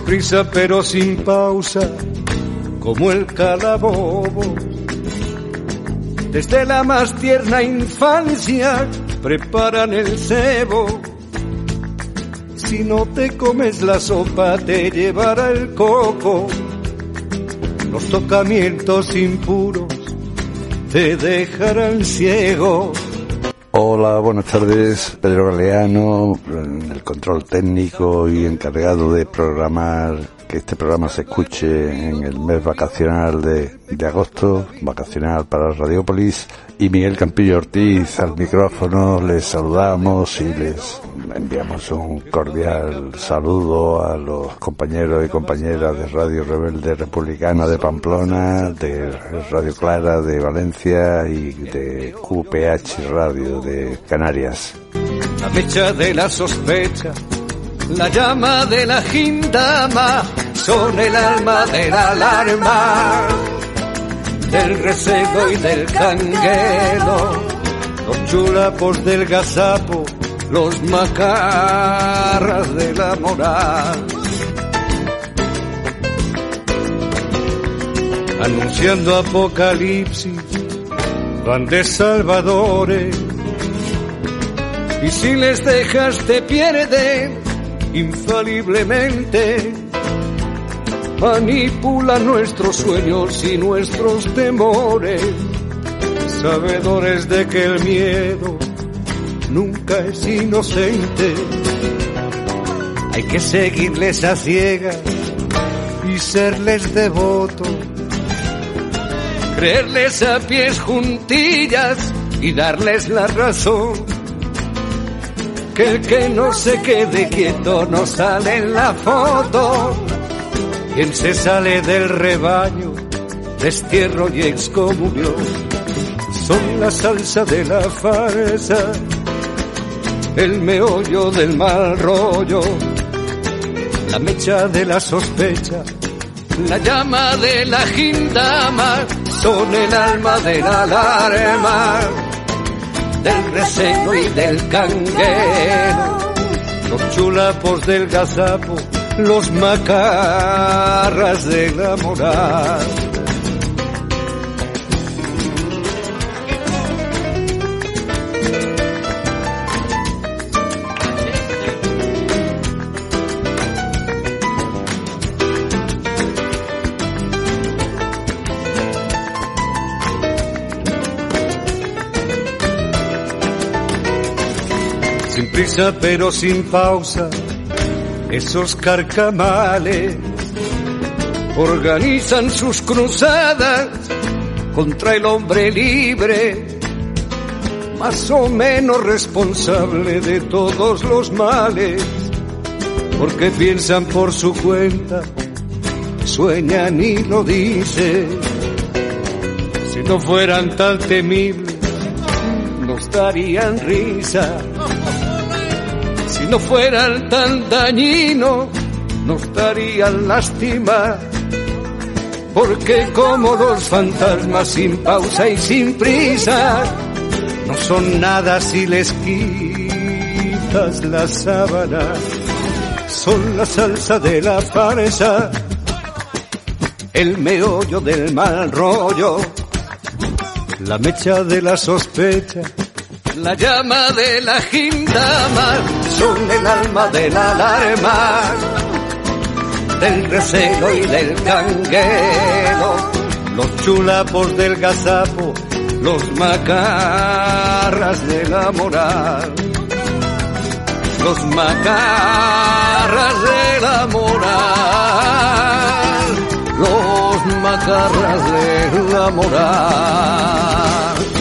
prisa pero sin pausa, como el calabobo. Desde la más tierna infancia preparan el cebo. Si no te comes la sopa te llevará el coco. Los tocamientos impuros te dejarán ciego. Hola, buenas tardes. Pedro Galeano, en el control técnico y encargado de programar que este programa se escuche en el mes vacacional de agosto, vacacional para Radiopolis, y Miguel Campillo Ortiz al micrófono. Les saludamos y les enviamos un cordial saludo a los compañeros y compañeras de Radio Rebelde Republicana de Pamplona, de Radio Clara de Valencia y de QPH Radio de Canarias. La mecha de la sospecha, la llama de la gindama, son el alma de la alarma, del recebo y del canguelo, los chulapos del gazapo, los macarras de la moral, anunciando apocalipsis, van de salvadores, y si les dejas te pierden infaliblemente. Manipulan nuestros sueños y nuestros temores, sabedores de que el miedo nunca es inocente. Hay que seguirles a ciegas y serles devotos, creerles a pies juntillas y darles la razón. Que el que no se quede quieto no sale en la foto. Quien se sale del rebaño, destierro y excomunión, son la salsa de la farsa, el meollo del mal rollo, la mecha de la sospecha, la llama de la gindama, son el alma de la alarma, del receno y del canguero, los chulapos del gazapo, los macarras de la moral. Sin prisa pero sin pausa, esos carcamales organizan sus cruzadas contra el hombre libre, más o menos responsable de todos los males, porque piensan por su cuenta, sueñan y lo dicen. Si no fueran tan temibles, nos darían risa. Si no fueran tan dañinos, nos darían lástima, porque como los fantasmas sin pausa y sin prisa, no son nada si les quitas la sábana, son la salsa de la farsa, el meollo del mal rollo, la mecha de la sospecha, la llama de la gindama, son el alma de la alarma, del recelo y del canguero, los chulapos del gazapo, los macarras de la moral, los macarras de la moral, los macarras de la moral.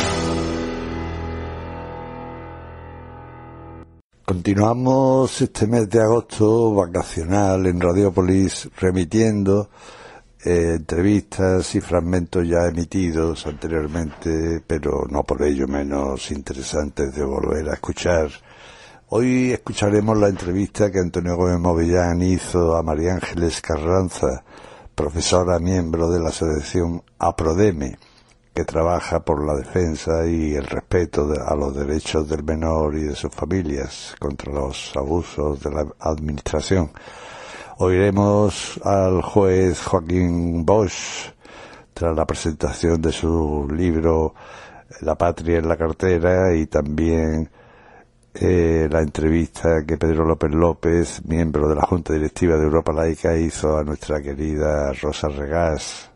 Continuamos este mes de agosto vacacional en Radiopolis remitiendo entrevistas y fragmentos ya emitidos anteriormente, pero no por ello menos interesantes de volver a escuchar. Hoy escucharemos la entrevista que Antonio Gómez Movillán hizo a María Ángeles Carranza, profesora miembro de la asociación APRODEME, que trabaja por la defensa y el respeto a los derechos del menor y de sus familias contra los abusos de la administración. Oiremos al juez Joaquín Bosch tras la presentación de su libro La patria en la cartera, y también la entrevista que Pedro López López, miembro de la Junta Directiva de Europa Laica, hizo a nuestra querida Rosa Regás,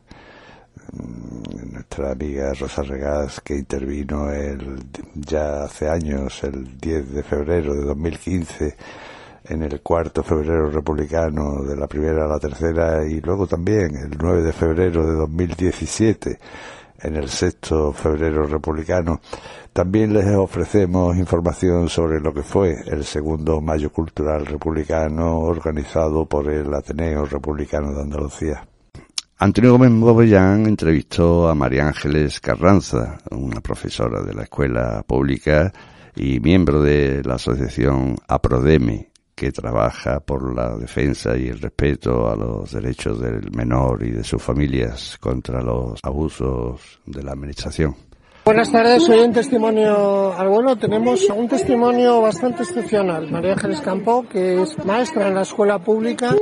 nuestra amiga Rosa Regás, que intervino ya hace años, el 10 de febrero de 2015, en el cuarto febrero republicano, de la primera a la tercera, y luego también el 9 de febrero de 2017 en el sexto febrero republicano. También les ofrecemos información sobre lo que fue el segundo Mayo Cultural Republicano, organizado por el Ateneo Republicano de Andalucía. Antonio Gómez Bobellán entrevistó a María Ángeles Carranza, una profesora de la escuela pública y miembro de la asociación APRODEME, que trabaja por la defensa y el respeto a los derechos del menor y de sus familias contra los abusos de la administración. Buenas tardes, hoy en Testimonio al Vuelo tenemos un testimonio bastante excepcional. María Ángeles Campo, que es maestra en la escuela pública,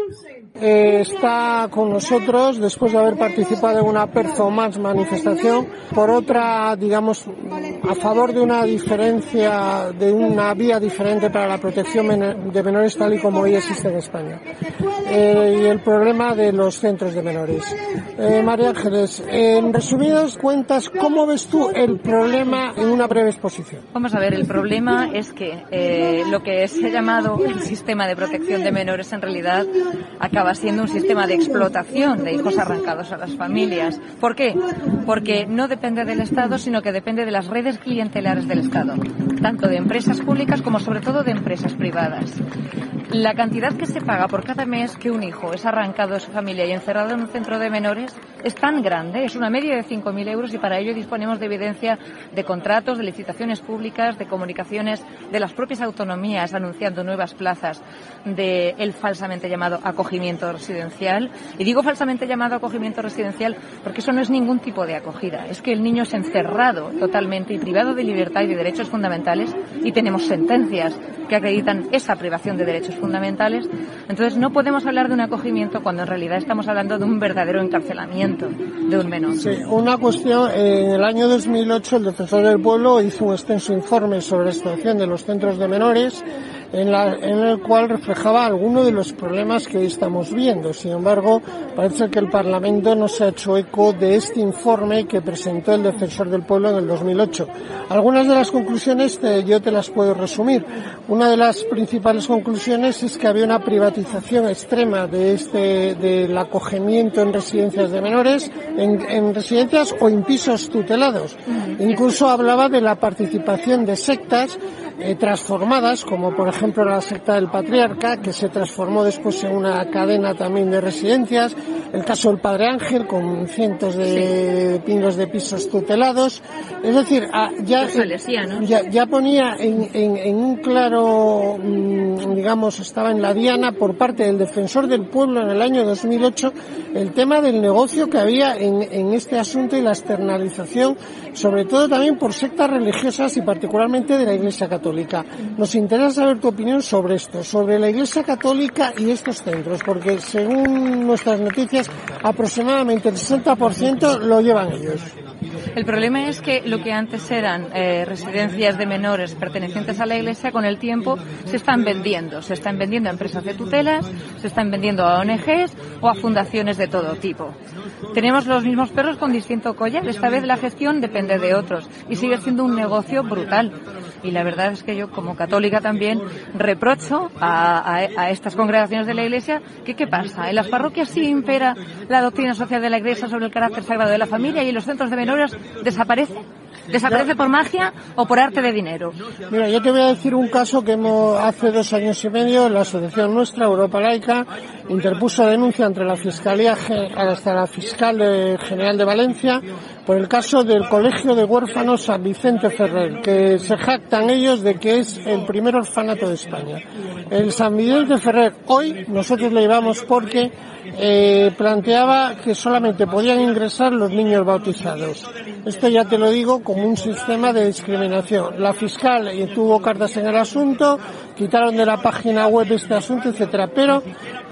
está con nosotros después de haber participado en una performance manifestación por otra, digamos, a favor de una diferencia, de una vía diferente para la protección de menores tal y como hoy existe en España, y el problema de los centros de menores. María Ángeles, en resumidas cuentas, ¿cómo ves tú el problema en una breve exposición? Vamos a ver, el problema es que lo que se ha llamado el sistema de protección de menores en realidad acaba siendo un sistema de explotación de hijos arrancados a las familias. ¿Por qué? Porque no depende del Estado, sino que depende de las redes clientelares del Estado, tanto de empresas públicas como sobre todo de empresas privadas. La cantidad que se paga por cada mes que un hijo es arrancado de su familia y encerrado en un centro de menores es tan grande, es una media de 5.000 euros, y para ello disponemos de evidencia de contratos, de licitaciones públicas, de comunicaciones de las propias autonomías anunciando nuevas plazas del falsamente llamado acogimiento residencial. Y digo falsamente llamado acogimiento residencial porque eso no es ningún tipo de acogida, es que el niño es encerrado totalmente y privado de libertad y de derechos fundamentales, y tenemos sentencias que acreditan esa privación de derechos fundamentales. Entonces no podemos hablar de un acogimiento cuando en realidad estamos hablando de un verdadero encarcelamiento de un menor. Sí, una cuestión, en el año 2008 el Defensor del Pueblo hizo un extenso informe sobre la situación de los centros de menores, en el cual reflejaba algunos de los problemas que hoy estamos viendo. Sin embargo, parece que el Parlamento no se ha hecho eco de este informe que presentó el Defensor del Pueblo en el 2008. Algunas de las conclusiones yo te las puedo resumir. Una de las principales conclusiones es que había una privatización extrema del acogimiento en residencias de menores, en residencias o en pisos tutelados. Incluso hablaba de la participación de sectas transformadas, como por ejemplo la secta del Patriarca, que se transformó después en una cadena también de residencias, el caso del Padre Ángel, con cientos de pingos de pisos tutelados. Es decir, ya ponía en un claro, digamos, estaba en la diana por parte del Defensor del Pueblo en el año 2008 el tema del negocio que había en este asunto y la externalización, sobre todo también por sectas religiosas y particularmente de la Iglesia Católica. Nos interesa saber tu opinión sobre esto, sobre la Iglesia Católica y estos centros, porque según nuestras noticias aproximadamente el 60% lo llevan ellos. El problema es que lo que antes eran residencias de menores pertenecientes a la Iglesia, con el tiempo se están vendiendo a empresas de tutelas, se están vendiendo a ONGs o a fundaciones de todo tipo. Tenemos los mismos perros con distinto collar, esta vez la gestión depende de otros y sigue siendo un negocio brutal. Y la verdad es que yo, como católica también, reprocho a estas congregaciones de la Iglesia que ¿qué pasa? En las parroquias sí impera la doctrina social de la Iglesia sobre el carácter sagrado de la familia, y en los centros de menores desaparece por magia o por arte de dinero. Mira, yo te voy a decir un caso que hace 2 años y medio la asociación nuestra, Europa Laica, interpuso denuncia ante la Fiscalía hasta la Fiscal General de Valencia por el caso del Colegio de Huérfanos San Vicente Ferrer, que se jactan ellos de que es el primer orfanato de España. El San Vicente Ferrer hoy nosotros le llevamos porque planteaba que solamente podían ingresar los niños bautizados. Esto ya te lo digo como un sistema de discriminación. La fiscal tuvo cartas en el asunto, quitaron de la página web este asunto, etcétera. Pero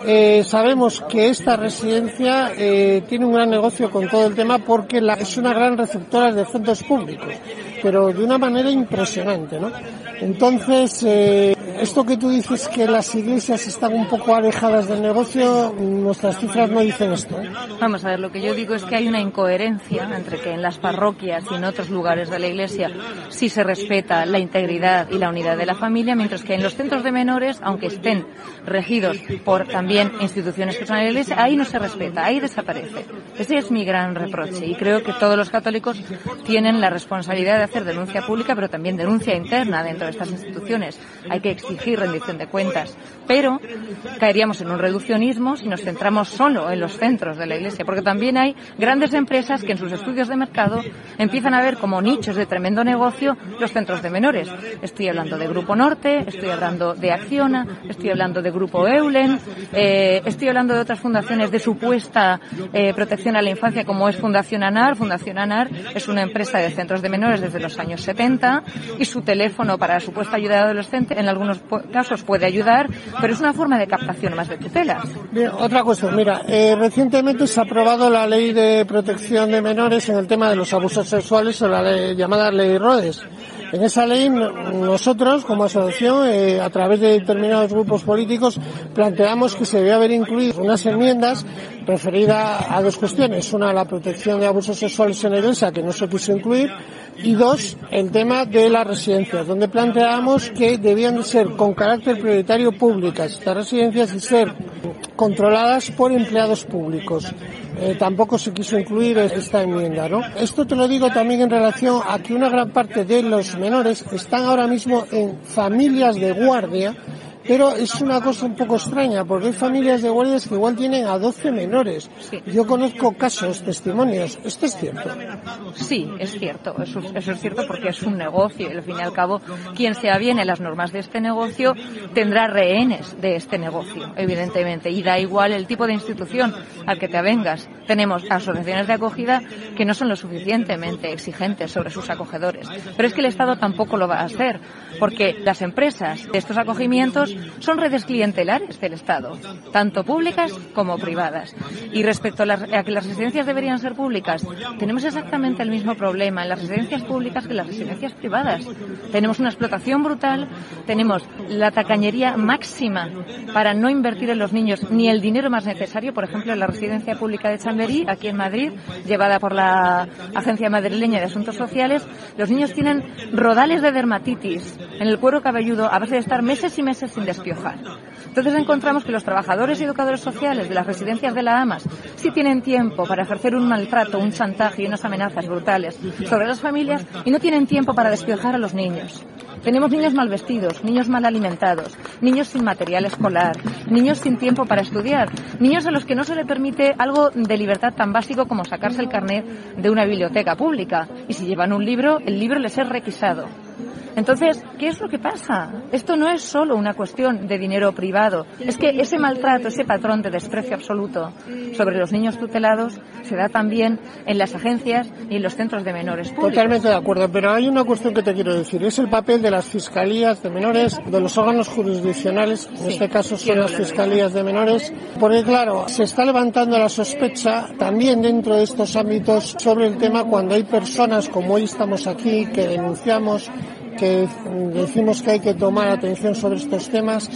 sabemos que esta residencia tiene un gran negocio con todo el tema porque es una gran receptora de fondos públicos, pero de una manera impresionante, ¿no? Entonces, esto que tú dices que las iglesias están un poco alejadas del negocio, nuestras cifras no dicen esto, ¿eh? Vamos a ver, lo que yo digo es que hay una incoherencia entre que en las parroquias y en otros lugares de la iglesia sí se respeta la integridad y la unidad de la familia, mientras que en los centros de menores, aunque estén regidos por también instituciones que son de la iglesia, ahí no se respeta, ahí desaparece. Ese es mi gran reproche y creo que todos los católicos tienen la responsabilidad de hacer denuncia pública, pero también denuncia interna dentro de estas instituciones. Hay que exigir rendición de cuentas, pero caeríamos en un reduccionismo si nos centramos solo en los centros de la iglesia, porque también hay grandes empresas que en sus estudios de mercado empiezan a ver como nichos de tremendo negocio los centros de menores. Estoy hablando de Grupo Norte, estoy hablando de Acciona, estoy hablando de Grupo Eulen, estoy hablando de otras fundaciones de supuesta protección a la infancia como es Fundación ANAR. Fundación ANAR es una empresa de centros de menores desde los años 70 y su teléfono para la supuesta ayuda adolescente en algunos casos puede ayudar, pero es una forma de captación más de tutelas. Bien, otra cuestión, mira, recientemente se ha aprobado la ley de protección de menores en el tema de los abusos sexuales, o la llamada ley Rhodes. En esa ley nosotros, como asociación, a través de determinados grupos políticos, planteamos que se debe haber incluido unas enmiendas referidas a dos cuestiones. Una, la protección de abusos sexuales en la iglesia, que no se quiso incluir, y dos, el tema de las residencias, donde planteamos que debían de ser con carácter prioritario públicas estas residencias y ser controladas por empleados públicos. Tampoco se quiso incluir esta enmienda, ¿no? Esto te lo digo también en relación a que una gran parte de los menores están ahora mismo en familias de guardia, pero es una cosa un poco extraña, porque hay familias de guardias que igual tienen a 12 menores. Sí. Yo conozco casos, testimonios. ¿Esto es cierto? Sí, es cierto. Eso es cierto porque es un negocio y al fin y al cabo quien se aviene las normas de este negocio tendrá rehenes de este negocio, evidentemente. Y da igual el tipo de institución al que te avengas. Tenemos asociaciones de acogida que no son lo suficientemente exigentes sobre sus acogedores. Pero es que el Estado tampoco lo va a hacer, porque las empresas de estos acogimientos son redes clientelares del Estado, tanto públicas como privadas. Y respecto a que las residencias deberían ser públicas, tenemos exactamente el mismo problema en las residencias públicas que en las residencias privadas. Tenemos una explotación brutal, tenemos la tacañería máxima para no invertir en los niños ni el dinero más necesario. Por ejemplo, en la residencia pública de Chamberí, aquí en Madrid, llevada por la Agencia Madrileña de Asuntos Sociales, los niños tienen rodales de dermatitis en el cuero cabelludo a base de estar meses y meses sin despiojar. Entonces encontramos que los trabajadores y educadores sociales de las residencias de la AMAS sí tienen tiempo para ejercer un maltrato, un chantaje y unas amenazas brutales sobre las familias y no tienen tiempo para despiojar a los niños. Tenemos niños mal vestidos, niños mal alimentados, niños sin material escolar, niños sin tiempo para estudiar, niños a los que no se le permite algo de libertad tan básico como sacarse el carnet de una biblioteca pública. Y si llevan un libro, el libro les es requisado. Entonces, ¿qué es lo que pasa? Esto no es solo una cuestión de dinero privado. Es que ese maltrato, ese patrón de desprecio absoluto sobre los niños tutelados se da también en las agencias y en los centros de menores públicos. Totalmente de acuerdo, pero hay una cuestión que te quiero decir. Es el papel de las fiscalías de menores, de los órganos jurisdiccionales, en este caso son las fiscalías de menores, porque claro, se está levantando la sospecha también dentro de estos ámbitos sobre el tema cuando hay personas como hoy estamos aquí que denunciamos, que decimos que hay que tomar atención sobre estos temas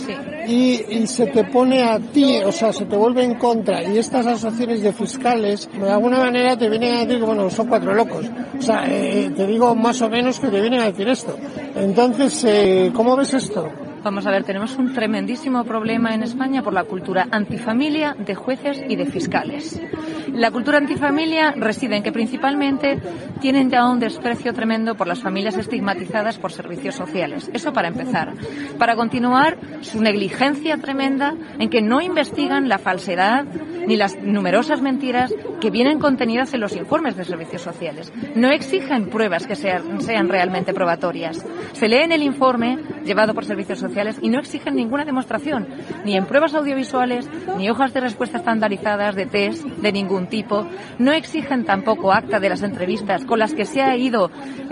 y se te pone a ti, o sea, se te vuelve en contra, y estas asociaciones de fiscales de alguna manera te vienen a decir que bueno, son cuatro locos, o sea, te digo más o menos que te vienen a decir esto. Entonces, ¿cómo ves esto? Vamos a ver, tenemos un tremendísimo problema en España por la cultura antifamilia de jueces y de fiscales. La cultura antifamilia reside en que principalmente tienen ya un desprecio tremendo por las familias estigmatizadas por servicios sociales. Eso para empezar. Para continuar, su negligencia tremenda en que no investigan la falsedad ni las numerosas mentiras que vienen contenidas en los informes de servicios sociales. No exigen pruebas que sean realmente probatorias. Se leen el informe llevado por servicios sociales y no exigen ninguna demostración, ni en pruebas audiovisuales, ni hojas de respuesta estandarizadas de test de ningún tipo. No exigen tampoco acta de las entrevistas con las que se ha ido,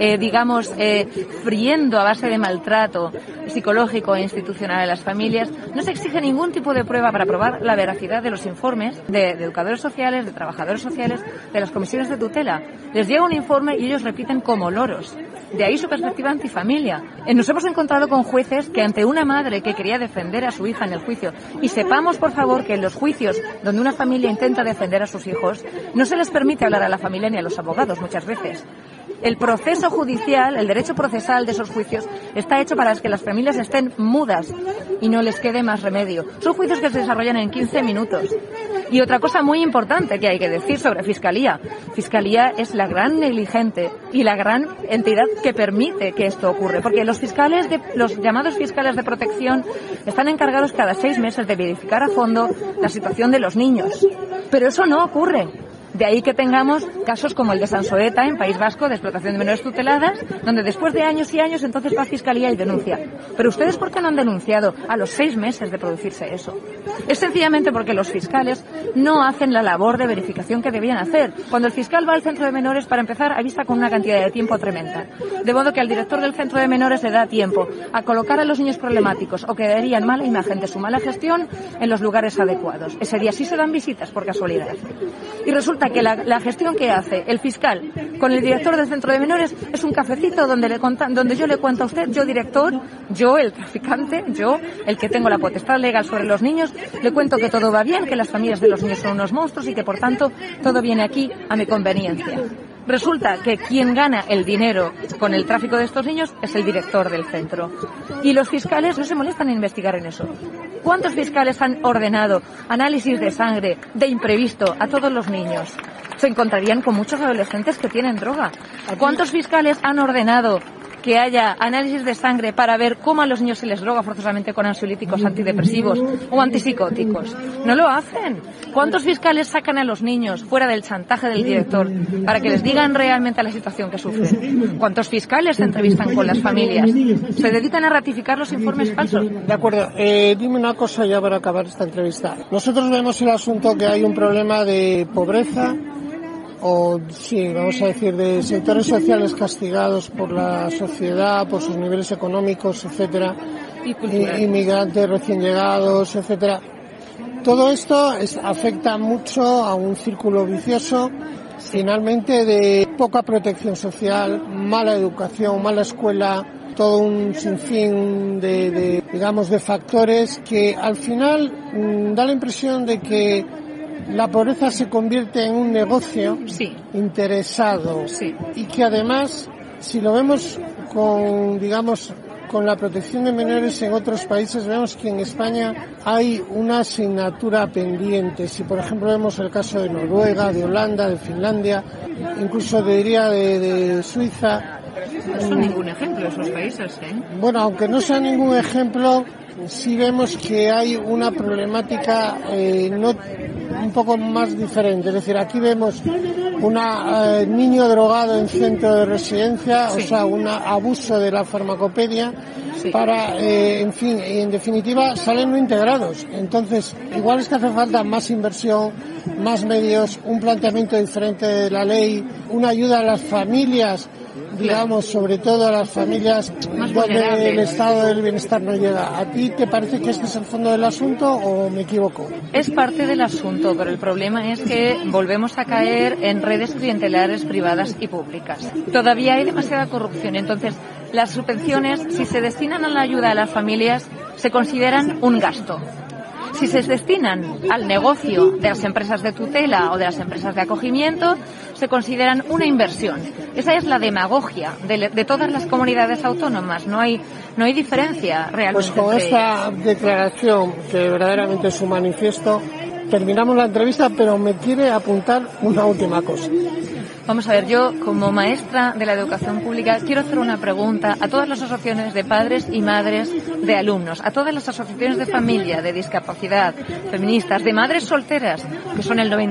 friendo a base de maltrato psicológico e institucional a las familias. No se exige ningún tipo de prueba para probar la veracidad de los informes de educadores sociales, de trabajadores sociales, de las comisiones de tutela. Les llega un informe y ellos repiten como loros. De ahí su perspectiva antifamilia. Nos hemos encontrado con jueces que ante una madre que quería defender a su hija en el juicio, y sepamos por favor que en los juicios donde una familia intenta defender a sus hijos, no se les permite hablar a la familia ni a los abogados muchas veces. El proceso judicial, el derecho procesal de esos juicios, está hecho para que las familias estén mudas y no les quede más remedio. Son juicios que se desarrollan en 15 minutos. Y otra cosa muy importante que hay que decir sobre Fiscalía. Fiscalía es la gran negligente y la gran entidad que permite que esto ocurra. Porque los llamados fiscales de protección están encargados cada 6 meses de verificar a fondo la situación de los niños. Pero eso no ocurre. De ahí que tengamos casos como el de Sansoeta, en País Vasco, de explotación de menores tuteladas, donde después de años y años entonces va a Fiscalía y denuncia. Pero ¿ustedes por qué no han denunciado a los 6 meses de producirse eso? Es sencillamente porque los fiscales no hacen la labor de verificación que debían hacer. Cuando el fiscal va al centro de menores, para empezar, avisa con una cantidad de tiempo tremenda. De modo que al director del centro de menores le da tiempo a colocar a los niños problemáticos o que darían mala imagen de su mala gestión en los lugares adecuados. Ese día sí se dan visitas, por casualidad. Y resulta que la gestión que hace el fiscal con el director del centro de menores es un cafecito donde yo le cuento a usted, yo director, yo el traficante, yo el que tengo la potestad legal sobre los niños, le cuento que todo va bien, que las familias de los niños son unos monstruos y que por tanto todo viene aquí a mi conveniencia. Resulta que quien gana el dinero con el tráfico de estos niños es el director del centro. Y los fiscales no se molestan en investigar en eso. ¿Cuántos fiscales han ordenado análisis de sangre de imprevisto a todos los niños? Se encontrarían con muchos adolescentes que tienen droga. ¿Cuántos fiscales han ordenado que haya análisis de sangre para ver cómo a los niños se les droga forzosamente con ansiolíticos, antidepresivos o antipsicóticos? No lo hacen. ¿Cuántos fiscales sacan a los niños fuera del chantaje del director para que les digan realmente la situación que sufren? ¿Cuántos fiscales se entrevistan con las familias? ¿Se dedican a ratificar los informes falsos? De acuerdo. Dime una cosa ya para acabar esta entrevista. Nosotros vemos el asunto que hay un problema de pobreza, o sí, vamos a decir, de sectores sociales castigados por la sociedad, por sus niveles económicos, etcétera, inmigrantes recién llegados, etcétera. Todo esto afecta mucho a un círculo vicioso, finalmente, de poca protección social, mala educación, mala escuela, todo un sinfín de factores que al final da la impresión de que la pobreza se convierte en un negocio interesado y que además, si lo vemos con la protección de menores en otros países, vemos que en España hay una asignatura pendiente. Si por ejemplo vemos el caso de Noruega, de Holanda, de Finlandia, incluso diría de Suiza. No son ningún ejemplo esos países, ¿eh? Bueno, aunque no sea ningún ejemplo, sí vemos que hay una problemática un poco más diferente. Es decir, aquí vemos un niño drogado en centro de residencia, o sea, un abuso de la farmacopedia para, en definitiva, salen no integrados. Entonces, igual es que hace falta más inversión, más medios, un planteamiento diferente de la ley, una ayuda a las familias, sobre todo a las familias donde el estado del bienestar no llega. ¿A ti te parece que este es el fondo del asunto o me equivoco? Es parte del asunto, pero el problema es que volvemos a caer en redes clientelares privadas y públicas. Todavía hay demasiada corrupción, entonces las subvenciones, si se destinan a la ayuda a las familias, se consideran un gasto. Si se destinan al negocio de las empresas de tutela o de las empresas de acogimiento, se consideran una inversión. Esa es la demagogia de todas las comunidades autónomas. No hay diferencia realmente. Pues con esta declaración, que verdaderamente es un manifiesto, terminamos la entrevista, pero me quiere apuntar una última cosa. Vamos a ver, yo como maestra de la educación pública quiero hacer una pregunta a todas las asociaciones de padres y madres de alumnos, a todas las asociaciones de familia, de discapacidad, feministas, de madres solteras, que son el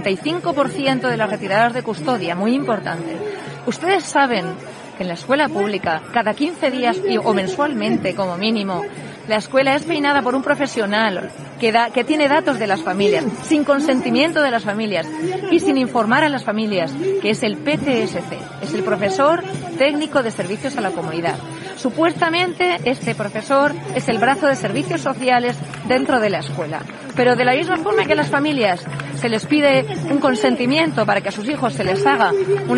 95% de las retiradas de custodia, muy importante. Ustedes saben que en la escuela pública, cada 15 días o mensualmente como mínimo, la escuela es peinada por un profesional que tiene datos de las familias, sin consentimiento de las familias y sin informar a las familias, que es el PTSC, es el profesor técnico de servicios a la comunidad. Supuestamente este profesor es el brazo de servicios sociales dentro de la escuela. Pero de la misma forma que a las familias se les pide un consentimiento para que a sus hijos se les haga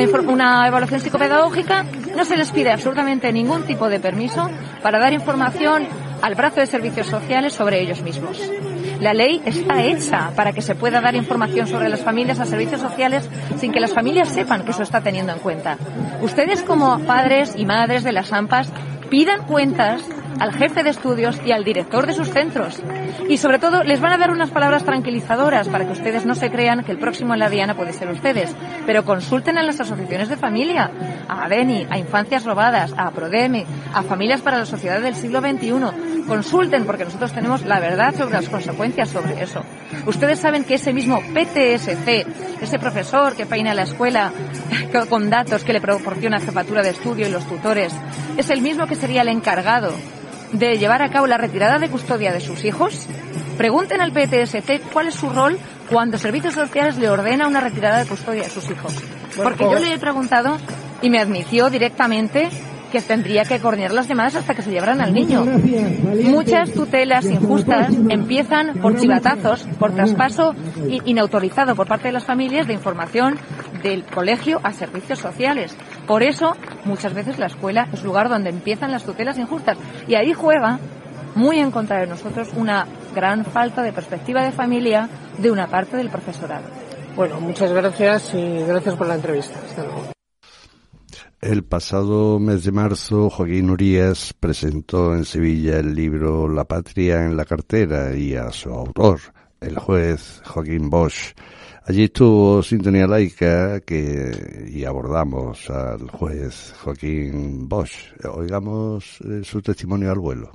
una evaluación psicopedagógica, no se les pide absolutamente ningún tipo de permiso para dar información al brazo de servicios sociales sobre ellos mismos. La ley está hecha para que se pueda dar información sobre las familias a servicios sociales sin que las familias sepan que eso está teniendo en cuenta. Ustedes como padres y madres de las AMPAs pidan cuentas al jefe de estudios y al director de sus centros. Y sobre todo les van a dar unas palabras tranquilizadoras para que ustedes no se crean que el próximo en la diana puede ser ustedes. Pero consulten a las asociaciones de familia, a ADENI, a Infancias Robadas, a Prodeme, a Familias para la Sociedad del Siglo XXI. Consulten porque nosotros tenemos la verdad sobre las consecuencias sobre eso. Ustedes saben que ese mismo PTSC, ese profesor que peina la escuela con datos que le proporciona jefatura de estudio y los tutores, es el mismo que sería el encargado de llevar a cabo la retirada de custodia de sus hijos. Pregunten al PTSC cuál es su rol cuando Servicios Sociales le ordena una retirada de custodia de sus hijos. Porque yo le he preguntado y me admitió directamente que tendría que coordinar las llamadas hasta que se llevaran al niño. Muchas tutelas injustas empiezan por chivatazos, por traspaso inautorizado por parte de las familias de información del colegio a servicios sociales. Por eso, muchas veces la escuela es lugar donde empiezan las tutelas injustas. Y ahí juega, muy en contra de nosotros, una gran falta de perspectiva de familia de una parte del profesorado. Bueno, muchas gracias y gracias por la entrevista. Hasta luego. El pasado mes de marzo, Joaquín Urías presentó en Sevilla el libro La patria en la cartera y a su autor, el juez Joaquín Bosch. Allí estuvo Sintonía Laica y abordamos al juez Joaquín Bosch. Oigamos su testimonio al vuelo.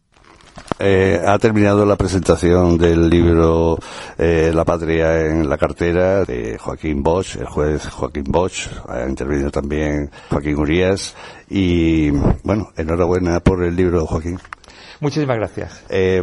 Ha terminado la presentación del libro La patria en la cartera de Joaquín Bosch, el juez Joaquín Bosch. Ha intervenido también Joaquín Urías y, bueno, enhorabuena por el libro, Joaquín. Muchísimas gracias.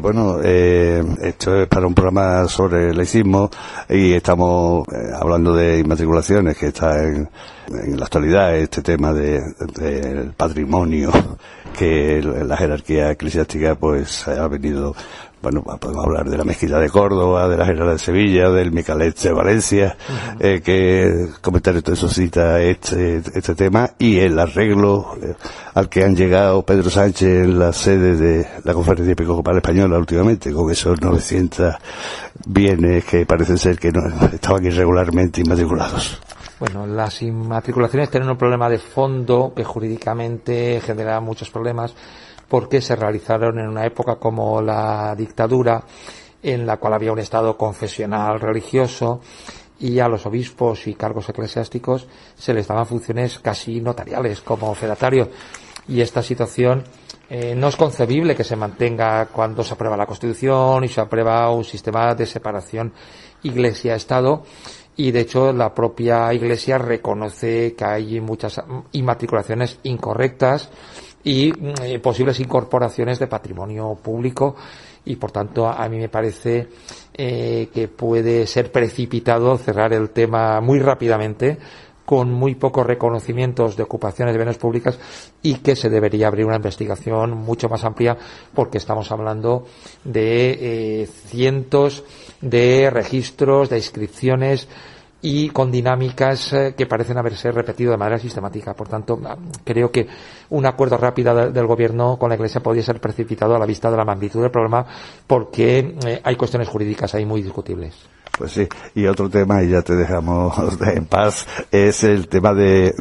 Esto es para un programa sobre el laicismo y estamos hablando de inmatriculaciones, que está en la actualidad este tema del patrimonio, que la jerarquía eclesiástica pues ha venido. Bueno, podemos hablar de la Mezquita de Córdoba, de la General de Sevilla, del Micalet de Valencia, que comentario todo eso cita este tema, y el arreglo al que han llegado Pedro Sánchez en la sede de la Conferencia Episcopal Española últimamente, con esos 900 bienes que parece ser que no estaban irregularmente inmatriculados. Bueno, las inmatriculaciones tienen un problema de fondo que jurídicamente genera muchos problemas, porque se realizaron en una época como la dictadura, en la cual había un estado confesional religioso y a los obispos y cargos eclesiásticos se les daban funciones casi notariales como fedatarios, y esta situación no es concebible que se mantenga cuando se aprueba la Constitución y se aprueba un sistema de separación Iglesia-Estado. Y de hecho la propia Iglesia reconoce que hay muchas inmatriculaciones incorrectas y posibles incorporaciones de patrimonio público, y por tanto a mí me parece que puede ser precipitado cerrar el tema muy rápidamente, con muy pocos reconocimientos de ocupaciones de bienes públicas, y que se debería abrir una investigación mucho más amplia, porque estamos hablando de cientos de registros, de inscripciones y con dinámicas que parecen haberse repetido de manera sistemática. Por tanto, creo que un acuerdo rápido del Gobierno con la Iglesia podría ser precipitado a la vista de la magnitud del problema, porque hay cuestiones jurídicas ahí muy discutibles. Pues sí, y otro tema, y ya te dejamos en paz, es el tema de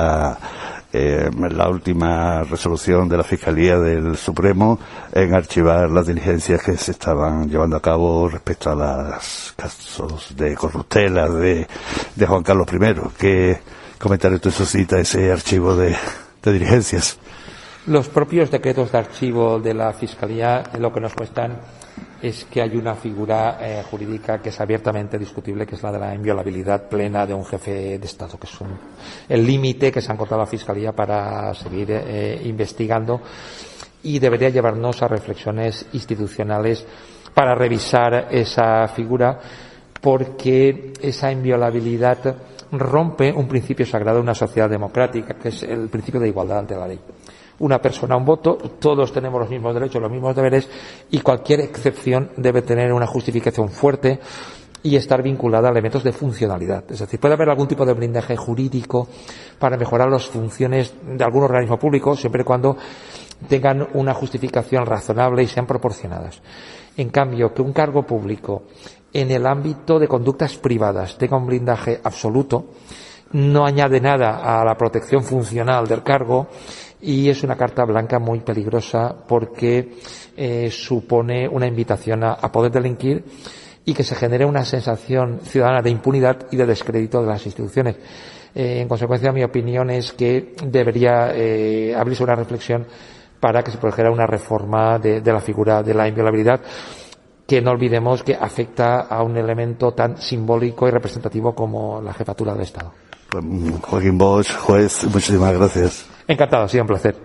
la última resolución de la Fiscalía del Supremo en archivar las diligencias que se estaban llevando a cabo respecto a los casos de corruptela de Juan Carlos I. ¿Qué comentario te suscita ese archivo de diligencias? Los propios decretos de archivo de la Fiscalía lo que nos cuestan es que hay una figura jurídica que es abiertamente discutible, que es la de la inviolabilidad plena de un jefe de Estado, que es el límite que se ha encontrado la Fiscalía para seguir investigando, y debería llevarnos a reflexiones institucionales para revisar esa figura, porque esa inviolabilidad rompe un principio sagrado de una sociedad democrática, que es el principio de igualdad ante la ley. Una persona, un voto, todos tenemos los mismos derechos, los mismos deberes, y cualquier excepción debe tener una justificación fuerte y estar vinculada a elementos de funcionalidad. Es decir, puede haber algún tipo de blindaje jurídico para mejorar las funciones de algún organismo público, siempre y cuando tengan una justificación razonable y sean proporcionadas. En cambio, que un cargo público en el ámbito de conductas privadas tenga un blindaje absoluto no añade nada a la protección funcional del cargo, y es una carta blanca muy peligrosa, porque supone una invitación a poder delinquir y que se genere una sensación ciudadana de impunidad y de descrédito de las instituciones. En consecuencia, mi opinión es que debería abrirse una reflexión para que se produjera una reforma de la figura de la inviolabilidad, que no olvidemos que afecta a un elemento tan simbólico y representativo como la jefatura del Estado. Joaquín Bosch, juez, muchísimas gracias. Encantado, ha sido un placer.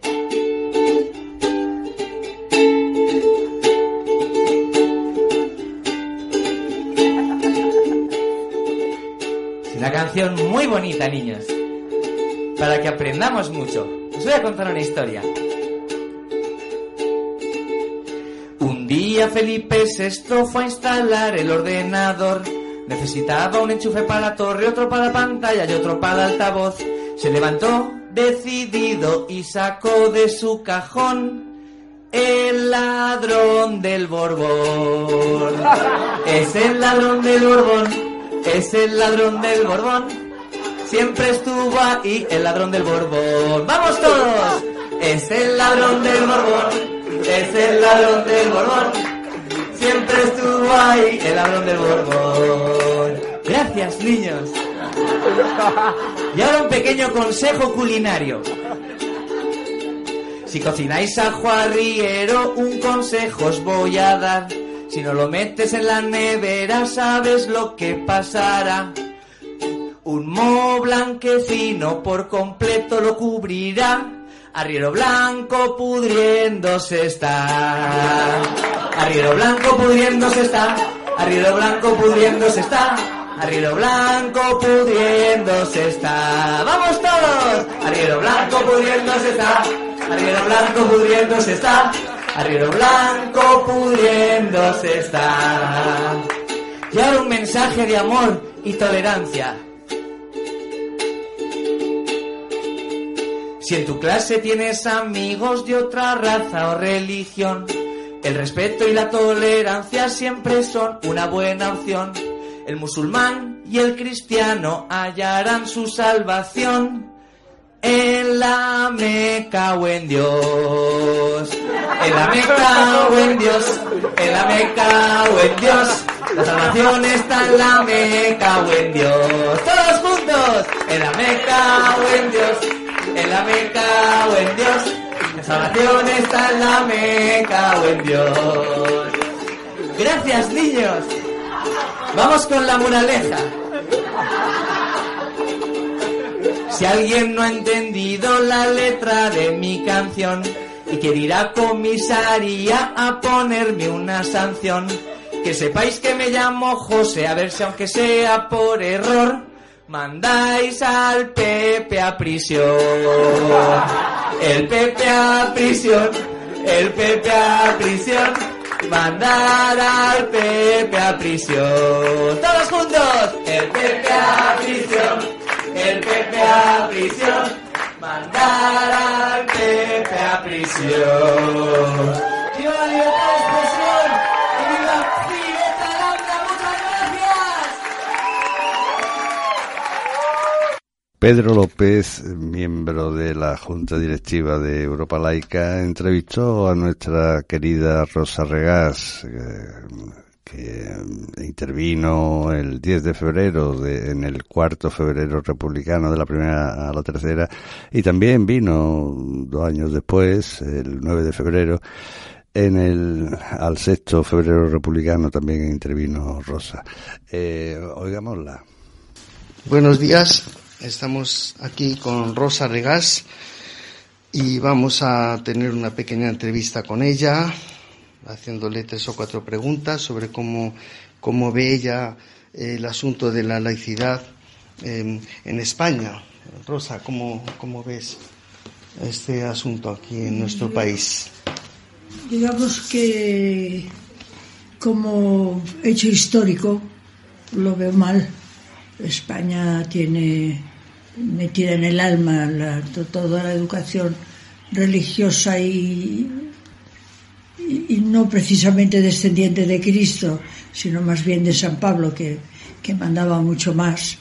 Es una canción muy bonita, niños, para que aprendamos mucho. Os voy a contar una historia. Un día Felipe VI fue a instalar el ordenador. Necesitaba un enchufe para la torre, otro para la pantalla y otro para el altavoz. Se levantó decidido y sacó de su cajón el ladrón del Borbón. Es el ladrón del Borbón, es el ladrón del Borbón. Siempre estuvo ahí el ladrón del Borbón. ¡Vamos todos! Es el ladrón del Borbón, es el ladrón del Borbón. Siempre estuvo ahí el ladrón del Borbón. Gracias, niños. Y ahora un pequeño consejo culinario. Si cocináis ajo arriero, un consejo os voy a dar. Si no lo metes en la nevera, sabes lo que pasará. Un moho blanquecino por completo lo cubrirá. Arriero blanco pudriéndose está. Arriero blanco pudriéndose está. Arriero blanco pudriéndose está. Arriero blanco pudriéndose está. ¡Vamos todos! Arriero blanco pudriéndose está. Arriero blanco pudriéndose está. Arriero blanco pudriéndose está. Y ahora un mensaje de amor y tolerancia. Si en tu clase tienes amigos de otra raza o religión, el respeto y la tolerancia siempre son una buena opción. El musulmán y el cristiano hallarán su salvación en la Meca o en Dios. En la Meca o en Dios, en la Meca o en Dios. La salvación está en la Meca o en Dios. Todos juntos, en la Meca o en Dios. En la Meca o en Dios, la salvación está en la Meca o en Dios. Gracias, niños. Vamos con la moraleja. Si alguien no ha entendido la letra de mi canción y quiere ir a comisaría a ponerme una sanción, que sepáis que me llamo José, a ver si aunque sea por error mandáis al Pepe a prisión. El Pepe a prisión, el Pepe a prisión. mandar al Pepe a prisión. ¡Todos juntos! El Pepe a prisión, el Pepe a prisión, mandar al Pepe a prisión. ¡Viva la libertad de expresión! ¡Y viva Fideta Lambda! ¡Muchas gracias! Pedro López, miembro de la Junta Directiva de Europa Laica, entrevistó a nuestra querida Rosa Regás, que intervino el 10 de febrero en el cuarto febrero republicano, de la primera a la tercera, y también vino 2 años después, el 9 de febrero, al sexto febrero republicano también intervino Rosa. Oigámosla. Buenos días. Estamos aquí con Rosa Regás y vamos a tener una pequeña entrevista con ella, haciéndole 3 o 4 preguntas sobre cómo ve ella el asunto de la laicidad en España. Rosa, ¿cómo ves este asunto aquí en nuestro país? Digamos que como hecho histórico lo veo mal. España tiene metida en el alma toda la educación religiosa y no precisamente descendiente de Cristo, sino más bien de San Pablo, que mandaba mucho más.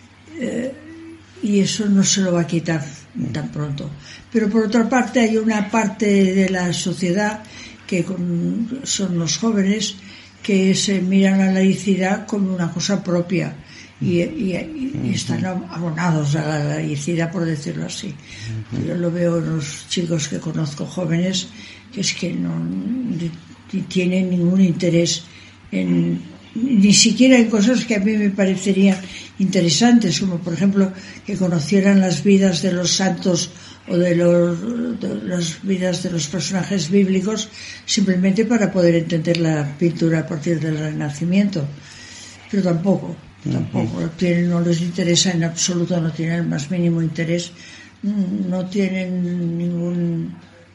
Y eso no se lo va a quitar tan pronto. Pero por otra parte hay una parte de la sociedad que son los jóvenes que se miran a la laicidad como una cosa propia. Y están abonados a la laicidad, por decirlo así. Yo lo veo en los chicos que conozco jóvenes, que es que no tienen ningún interés ni siquiera en cosas que a mí me parecerían interesantes, como por ejemplo que conocieran las vidas de los santos o de las vidas de los personajes bíblicos, simplemente para poder entender la pintura a partir del Renacimiento. Pero tampoco no les interesa en absoluto, no tienen el más mínimo interés, no tienen ninguna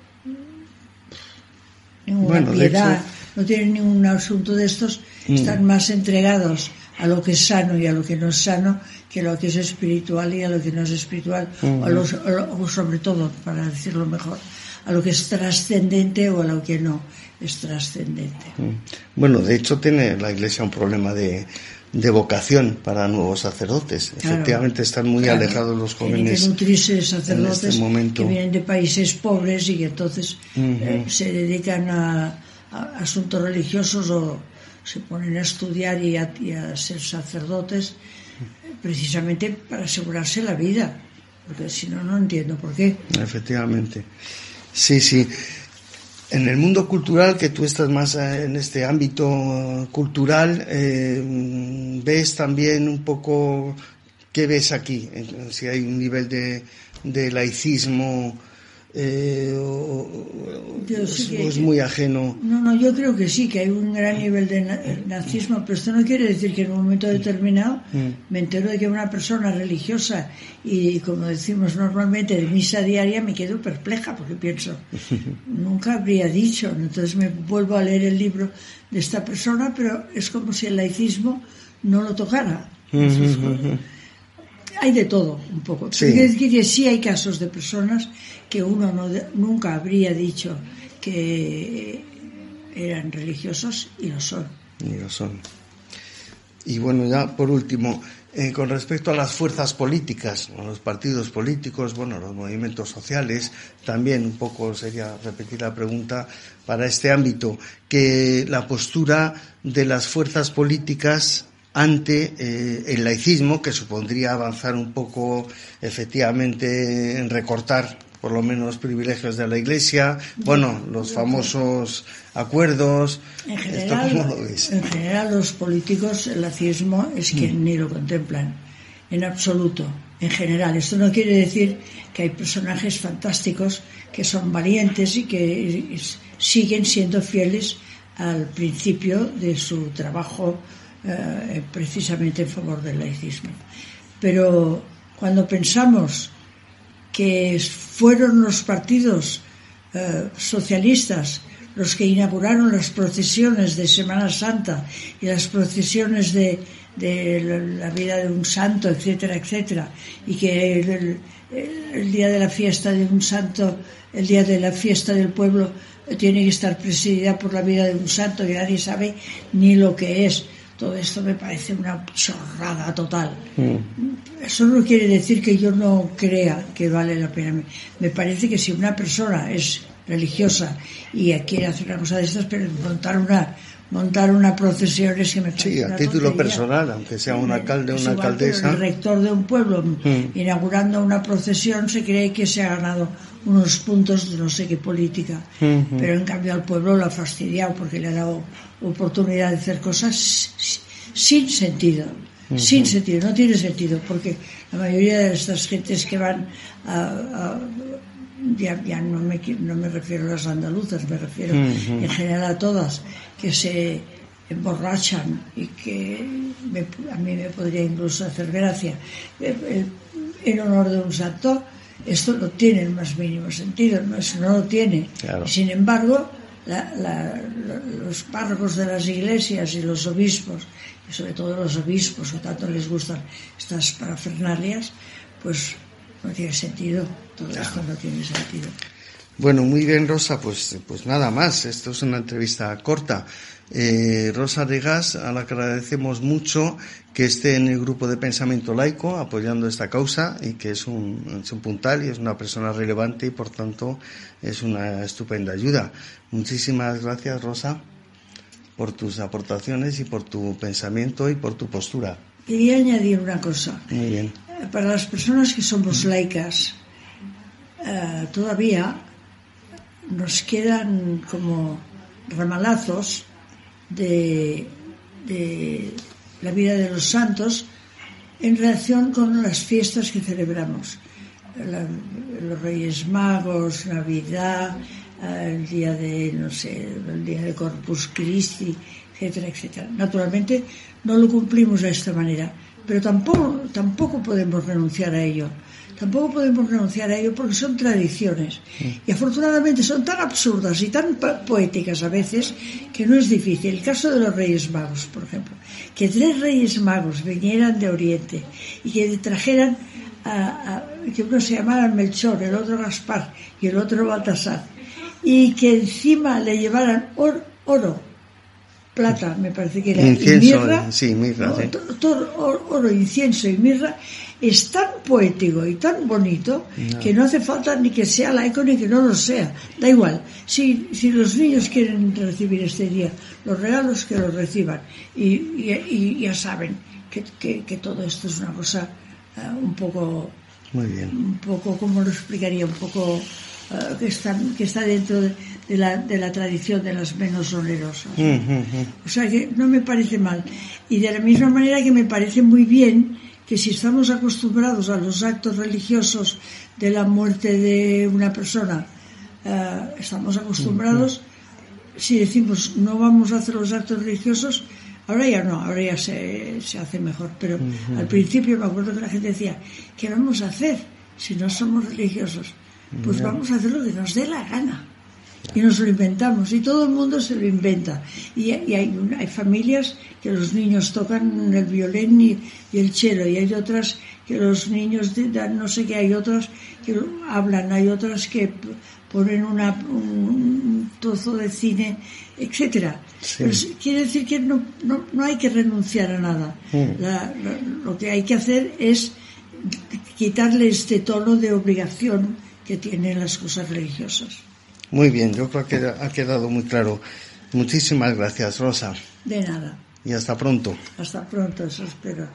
piedad, no tienen ningún asunto de estos, están más entregados a lo que es sano y a lo que no es sano que a lo que es espiritual y a lo que no es espiritual, o sobre todo, para decirlo mejor, a lo que es trascendente o a lo que no es trascendente. Bueno, de hecho tiene la Iglesia un problema de vocación para nuevos sacerdotes. Claro, efectivamente están muy alejados los jóvenes. Tienen que nutrirse de sacerdotes que vienen de países pobres y que entonces se dedican a asuntos religiosos o se ponen a estudiar y a ser sacerdotes precisamente para asegurarse la vida, porque si no, no entiendo por qué. Efectivamente. Sí. En el mundo cultural, que tú estás más en este ámbito cultural, ¿ves también un poco qué ves aquí? Si hay un nivel de laicismo o es muy ajeno. No, yo creo que sí, que hay un gran nivel de nazismo, pero esto no quiere decir que en un momento determinado me entero de que una persona religiosa y, como decimos normalmente, de misa diaria, me quedo perpleja porque pienso, nunca habría dicho. Entonces me vuelvo a leer el libro de esta persona, pero es como si el laicismo no lo tocara. Hay de todo, un poco. Sí. Quiere decir que sí hay casos de personas que uno nunca habría dicho que eran religiosos y lo son. Y bueno, ya por último, con respecto a las fuerzas políticas, a los partidos políticos, los movimientos sociales, también un poco sería repetir la pregunta para este ámbito, que la postura de las fuerzas políticas ante el laicismo, que supondría avanzar un poco efectivamente en recortar por lo menos privilegios de la Iglesia, los famosos acuerdos. En general, ¿esto cómo lo ves? En general los políticos, el laicismo es que ni lo contemplan, en absoluto, en general. Esto no quiere decir que hay personajes fantásticos que son valientes y que siguen siendo fieles al principio de su trabajo precisamente en favor del laicismo. Pero cuando pensamos que fueron los partidos socialistas los que inauguraron las procesiones de Semana Santa y las procesiones de la vida de un santo, etcétera, etcétera, y que el día de la fiesta de un santo, el día de la fiesta del pueblo tiene que estar presidida por la vida de un santo, que nadie sabe ni lo que es. Todo esto me parece una chorrada total. Eso no quiere decir que yo no crea que vale la pena. Me parece que si una persona es religiosa y quiere hacer una cosa de estas, pero montar una procesión es que me parece a título tontería. Personal, aunque sea un alcalde o una alcaldesa. El rector de un pueblo inaugurando una procesión se cree que se ha ganado unos puntos de no sé qué política, pero en cambio al pueblo lo ha fastidiado porque le ha dado oportunidad de hacer cosas sin sentido. Sin sentido, no tiene sentido, porque la mayoría de estas gentes que van ya no me refiero a las andaluzas, me refiero en general a todas, que se emborrachan y que a mí me podría incluso hacer gracia en honor de un santo. Esto no tiene el más mínimo sentido, no lo tiene. Claro. Sin embargo, los párrocos de las iglesias y los obispos, y sobre todo los obispos, que tanto les gustan estas parafernalias, pues no tiene sentido. Todo esto no tiene sentido. Bueno, muy bien, Rosa, pues nada más. Esto es una entrevista corta. Rosa Regás, a la que agradecemos mucho que esté en el grupo de pensamiento laico apoyando esta causa, y que es un puntal y es una persona relevante y por tanto es una estupenda ayuda. Muchísimas gracias, Rosa, por tus aportaciones y por tu pensamiento y por tu postura. Quería añadir una cosa. Muy bien. Para las personas que somos laicas, todavía nos quedan como ramalazos de la vida de los santos en relación con las fiestas que celebramos. Los Reyes Magos, Navidad, el día de Corpus Christi, etcétera, etcétera. Naturalmente no lo cumplimos de esta manera, pero tampoco podemos renunciar a ello. Tampoco podemos renunciar a ello porque son tradiciones. Y afortunadamente son tan absurdas y tan poéticas a veces que no es difícil. El caso de los Reyes Magos, por ejemplo. Que 3 Reyes Magos vinieran de Oriente y que trajeran que uno se llamara Melchor, el otro Gaspar y el otro Baltasar. Y que encima le llevaran oro, plata, me parece que era, incienso, y mirra. Sí. Oro, incienso y mirra. Es tan poético y tan bonito que no hace falta ni que sea laico ni que no lo sea. Da igual. Si los niños quieren recibir este día los regalos, que los reciban. Y ya saben que todo esto es una cosa un poco... Muy bien. Un poco, ¿cómo lo explicaría? Un poco que está dentro de la tradición de las menos onerosas. O sea que no me parece mal. Y de la misma manera que me parece muy bien que si estamos acostumbrados a los actos religiosos de la muerte de una persona, estamos acostumbrados, si decimos no vamos a hacer los actos religiosos, ahora ya no, ahora ya se hace mejor, pero al principio me acuerdo que la gente decía, ¿qué vamos a hacer si no somos religiosos? Pues vamos a hacer lo que nos dé la gana. Y nos lo inventamos, y todo el mundo se lo inventa. Y hay familias que los niños tocan el violín y el cello, y hay otras que los niños dan no sé qué, hay otras que hablan, hay otras que ponen un trozo de cine, etcétera. Sí. Pues quiere decir que no hay que renunciar a nada. Lo que hay que hacer es quitarle este tono de obligación que tienen las cosas religiosas. Muy bien, yo creo que ha quedado muy claro. Muchísimas gracias, Rosa. De nada. Y hasta pronto. Hasta pronto, eso espero.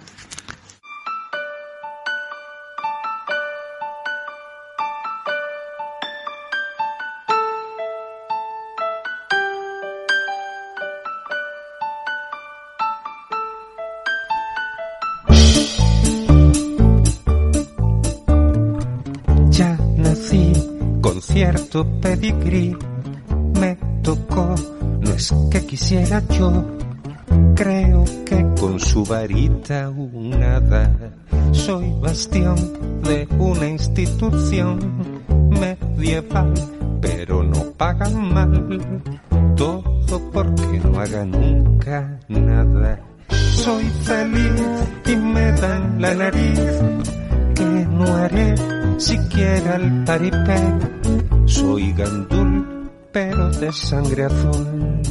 Ya nací con cierto pedigrí, me tocó, no es que quisiera yo, creo que con su varita unada soy bastión de una institución medieval, pero no pagan mal. todo porque no haga nunca nada. Soy feliz y me dan la nariz, que no haré siquiera el paripé. Soy gandul, pero de sangre azul.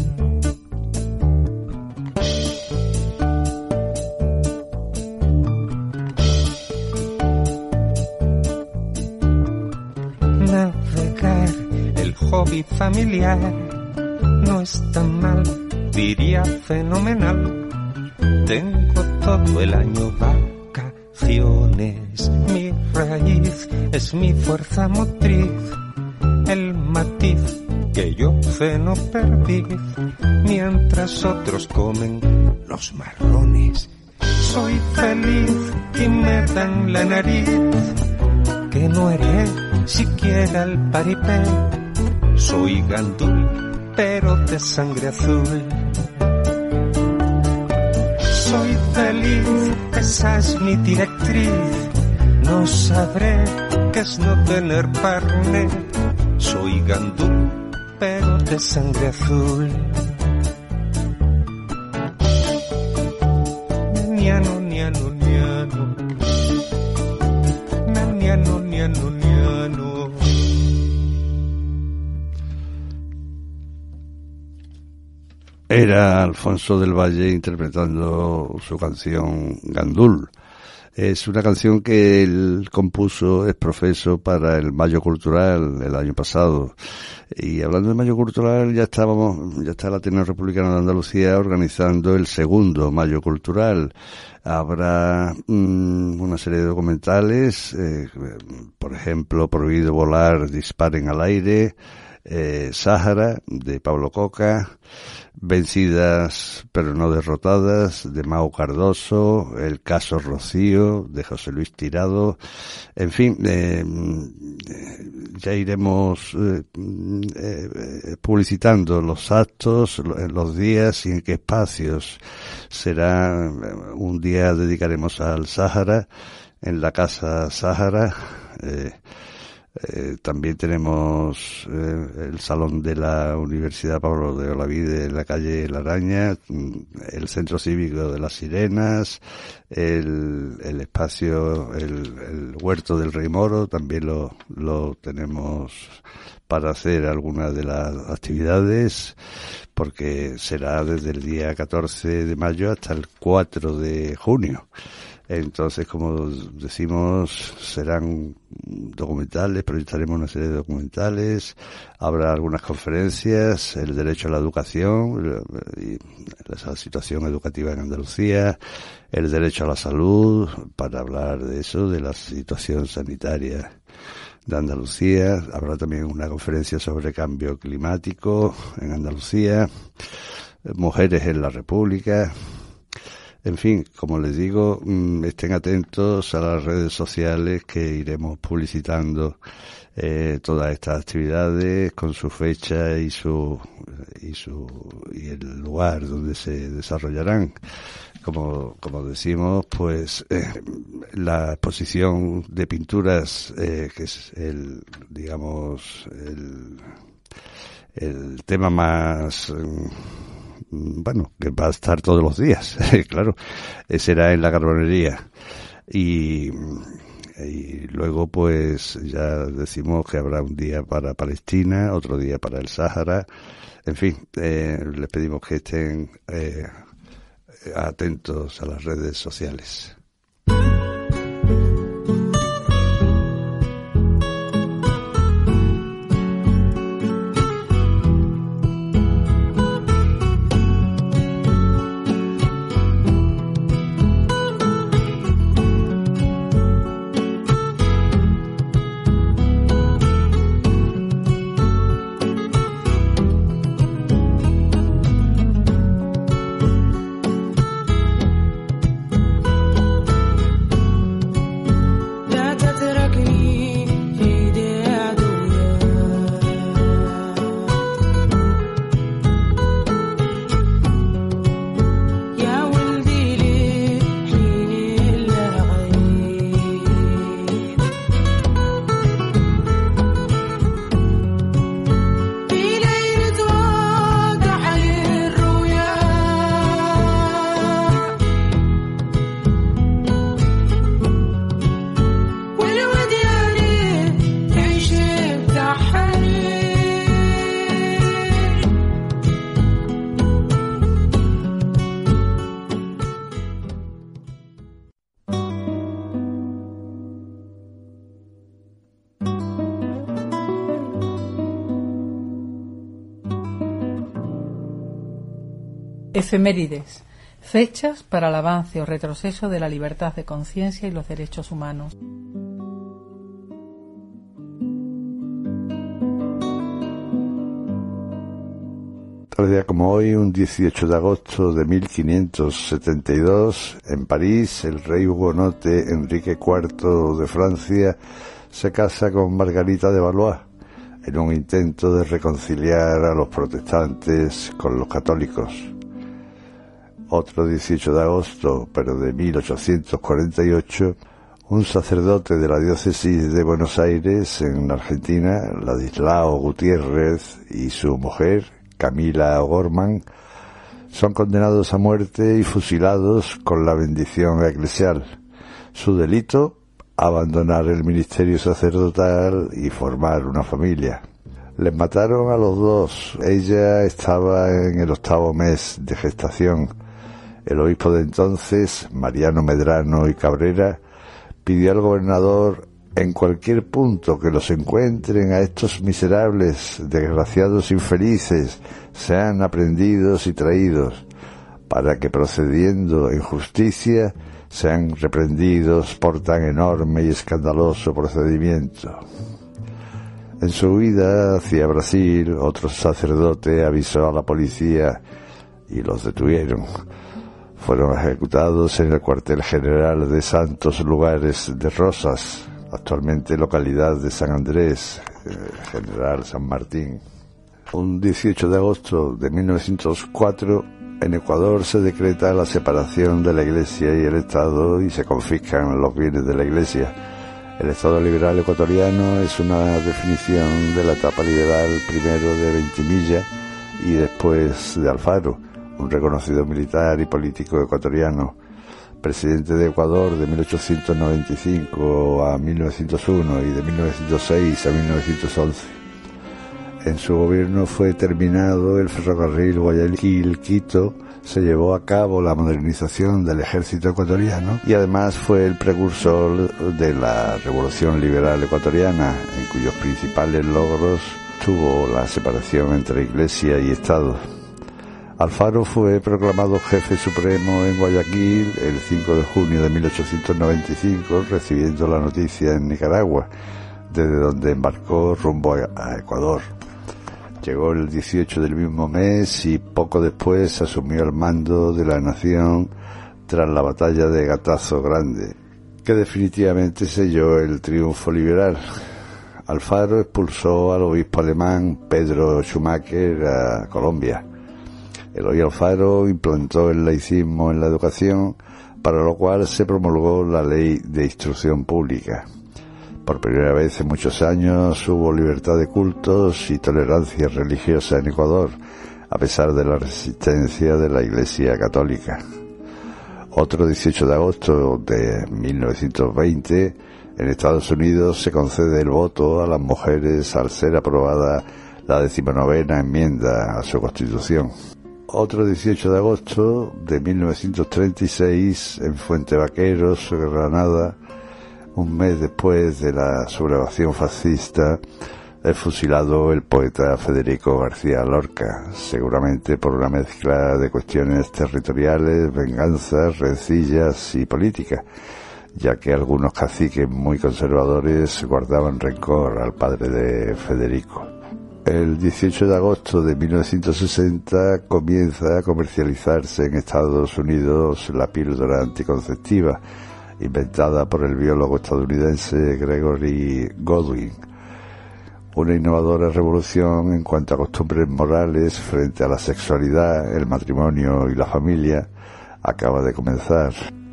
Navegar, el hobby familiar, no es tan mal, diría fenomenal. Tengo todo el año vacaciones, mi raíz es mi fuerza motriz, el matiz que yo ceno perdiz, mientras otros comen los marrones. Soy feliz y me dan la nariz, que no haré siquiera el paripé. Soy gandul, pero de sangre azul. Soy feliz, esa es mi directriz. No sabré qué es no tener carne. Soy gandul, pero de sangre azul. Niano, niano, niano. Niano, niano, niano. Era Alfonso del Valle interpretando su canción Gandul. Es una canción que él compuso ex profeso para el Mayo Cultural el año pasado. Y hablando de Mayo Cultural, ya está el Ateneo Republicano de Andalucía organizando el segundo Mayo Cultural. Habrá una serie de documentales, por ejemplo, Prohibido volar, disparen al aire, Sáhara, de Pablo Coca, Vencidas pero no derrotadas, de Mao Cardoso, El caso Rocío, de José Luis Tirado. En fin, ya iremos publicitando los actos, los días y en qué espacios. Será un día dedicaremos al Sáhara, en la Casa Sáhara. También tenemos el Salón de la Universidad Pablo de Olavide en la calle La Araña, el Centro Cívico de las Sirenas, el espacio, el Huerto del Rey Moro, también lo tenemos para hacer algunas de las actividades, porque será desde el día 14 de mayo hasta el 4 de junio. Entonces, como decimos, serán documentales, proyectaremos una serie de documentales, habrá algunas conferencias, el derecho a la educación, y la situación educativa en Andalucía, el derecho a la salud, para hablar de eso, de la situación sanitaria de Andalucía. Habrá también una conferencia sobre cambio climático en Andalucía, mujeres en la República. En fin, como les digo, estén atentos a las redes sociales, que iremos publicitando todas estas actividades con su fecha y el lugar donde se desarrollarán. Como decimos, pues la exposición de pinturas, que es el tema más que va a estar todos los días, claro, será en la Carbonería. Y luego, pues, ya decimos que habrá un día para Palestina, otro día para el Sáhara. En fin, les pedimos que estén atentos a las redes sociales. Efemérides. Fechas para el avance o retroceso de la libertad de conciencia y los derechos humanos. Tal día como hoy, un 18 de agosto de 1572, en París, el rey hugonote Enrique IV de Francia se casa con Margarita de Valois, en un intento de reconciliar a los protestantes con los católicos. Otro 18 de agosto, pero de 1848, un sacerdote de la diócesis de Buenos Aires, en Argentina, Ladislao Gutiérrez, y su mujer, Camila O'Gorman, son condenados a muerte y fusilados con la bendición eclesial. Su delito: abandonar el ministerio sacerdotal y formar una familia. Les mataron a los dos. Ella estaba en el 8º mes de gestación. El obispo de entonces, Mariano Medrano y Cabrera, pidió al gobernador: en cualquier punto que los encuentren a estos miserables, desgraciados infelices, sean aprendidos y traídos, para que, procediendo en justicia, sean reprendidos por tan enorme y escandaloso procedimiento. En su huida hacia Brasil, otro sacerdote avisó a la policía y los detuvieron. Fueron ejecutados en el cuartel general de Santos Lugares de Rosas, actualmente localidad de San Andrés, General San Martín. Un 18 de agosto de 1904, en Ecuador se decreta la separación de la Iglesia y el Estado y se confiscan los bienes de la Iglesia. El Estado liberal ecuatoriano es una definición de la etapa liberal, primero de Ventimiglia y después de Alfaro, un reconocido militar y político ecuatoriano, presidente de Ecuador de 1895 a 1901 y de 1906 a 1911. En su gobierno fue terminado el ferrocarril Guayaquil-Quito, se llevó a cabo la modernización del ejército ecuatoriano y además fue el precursor de la Revolución Liberal Ecuatoriana, en cuyos principales logros tuvo la separación entre Iglesia y Estado. Alfaro fue proclamado jefe supremo en Guayaquil el 5 de junio de 1895, recibiendo la noticia en Nicaragua, desde donde embarcó rumbo a Ecuador. Llegó el 18 del mismo mes y poco después asumió el mando de la nación tras la batalla de Gatazo Grande, que definitivamente selló el triunfo liberal. Alfaro expulsó al obispo alemán Pedro Schumacher a Colombia. Eloy Alfaro implantó el laicismo en la educación, para lo cual se promulgó la Ley de Instrucción Pública. Por primera vez en muchos años hubo libertad de cultos y tolerancia religiosa en Ecuador, a pesar de la resistencia de la Iglesia Católica. Otro 18 de agosto de 1920, en Estados Unidos se concede el voto a las mujeres al ser aprobada la 19ª enmienda a su Constitución. Otro 18 de agosto de 1936, en Fuente Vaqueros, Granada, un mes después de la sublevación fascista, es fusilado el poeta Federico García Lorca, seguramente por una mezcla de cuestiones territoriales, venganzas, rencillas y políticas, ya que algunos caciques muy conservadores guardaban rencor al padre de Federico. El 18 de agosto de 1960 comienza a comercializarse en Estados Unidos la píldora anticonceptiva, inventada por el biólogo estadounidense Gregory Godwin. Una innovadora revolución en cuanto a costumbres morales frente a la sexualidad, el matrimonio y la familia acaba de comenzar.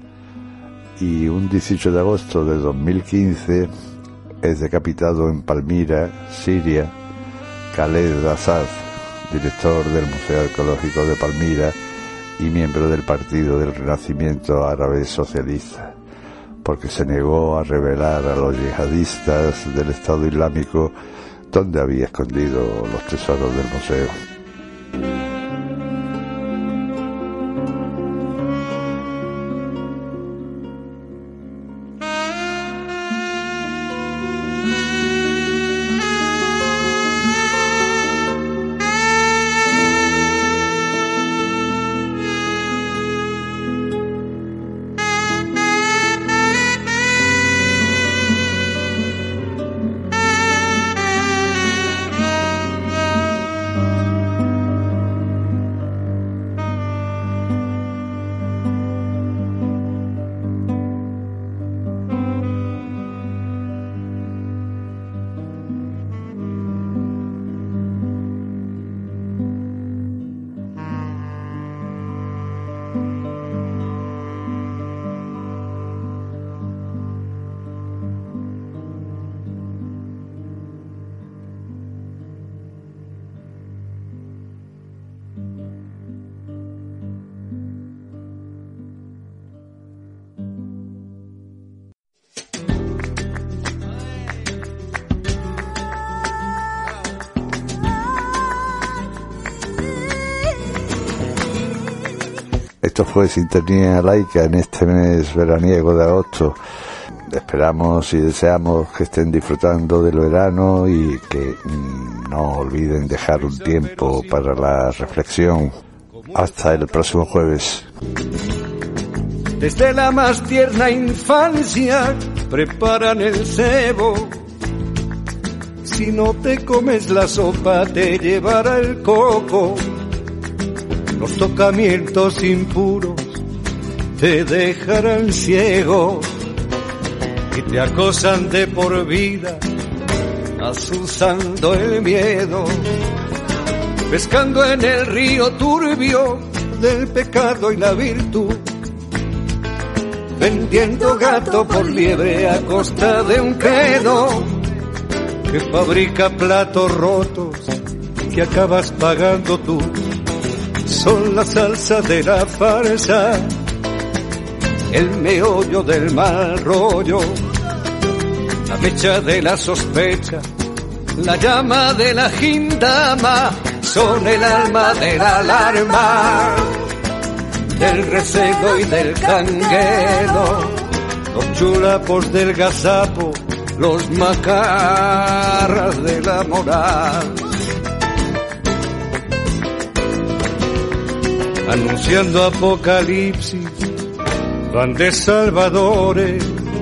Y un 18 de agosto de 2015 es decapitado en Palmira, Siria, Khaled Assad, director del Museo Arqueológico de Palmira y miembro del Partido del Renacimiento Árabe Socialista, porque se negó a revelar a los yihadistas del Estado Islámico donde había escondido los tesoros del museo. esto fue Sintonía Laica en este mes veraniego de agosto. Esperamos y deseamos que estén disfrutando del verano y que no olviden dejar un tiempo para la reflexión. Hasta el próximo jueves. Desde la más tierna infancia preparan el cebo. Si no te comes la sopa te llevará el coco. Los tocamientos impuros te dejarán ciego y te acosan de por vida, azuzando el miedo, pescando en el río turbio del pecado y la virtud, vendiendo gato por liebre a costa de un credo que fabrica platos rotos que acabas pagando tú. Son la salsa de la farsa, el meollo del mal rollo, la mecha de la sospecha, la llama de la gindama, son el alma de la alarma, del recelo y del canguelo, los chulapos del gazapo, los macarras de la moral. Anunciando apocalipsis, van de salvadores,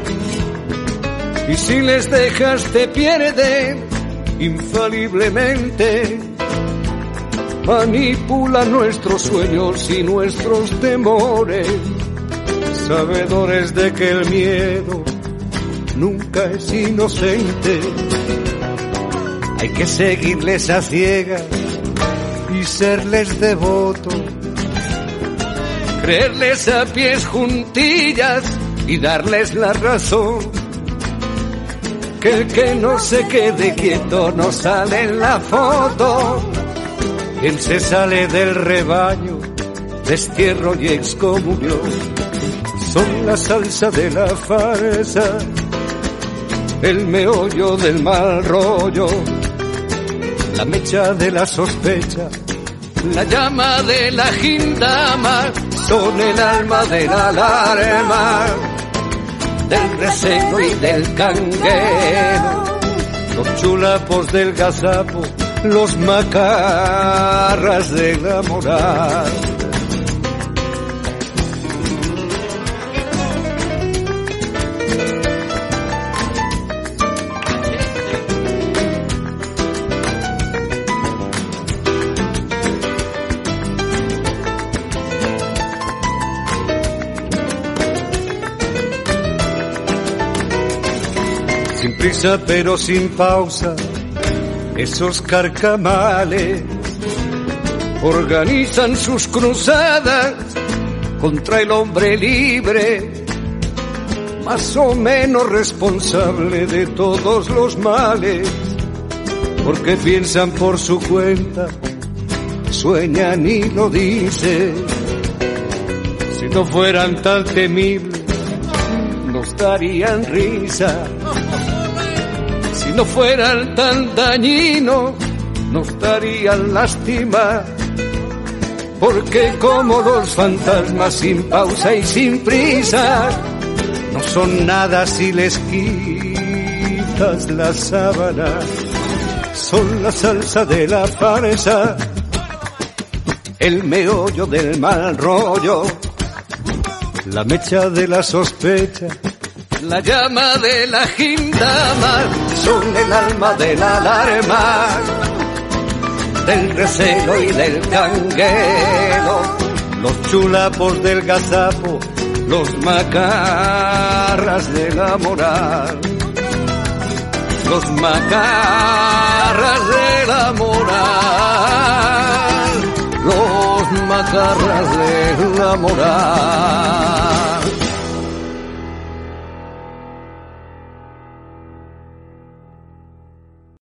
y si les dejas te pierden infaliblemente. Manipulan nuestros sueños y nuestros temores, sabedores de que el miedo nunca es inocente. Hay que seguirles a ciegas y serles devotos, creerles a pies juntillas y darles la razón. Que el que no se quede quieto no sale en la foto. Quien se sale del rebaño, destierro y excomunión. Son la salsa de la farsa, el meollo del mal rollo, la mecha de la sospecha, la llama de la gindama, son el alma de la alarma, del recelo y del canguero, los chulapos del gazapo, los macarras de la moral. Sin prisa pero sin pausa, esos carcamales organizan sus cruzadas contra el hombre libre, más o menos responsable de todos los males, porque piensan por su cuenta, sueñan y lo dicen. Si no fueran tan temibles, nos darían risa. Si no fueran tan dañinos, nos darían lástima, porque como los fantasmas sin pausa y sin prisa, no son nada si les quitas la sábana. Son la salsa de la farsa, el meollo del mal rollo, la mecha de la sospecha, la llama de la gindama, son el alma de la alarma, del recelo y del canguelo, los chulapos del gazapo, los macarras de la moral, los macarras de la moral, los macarras de la moral.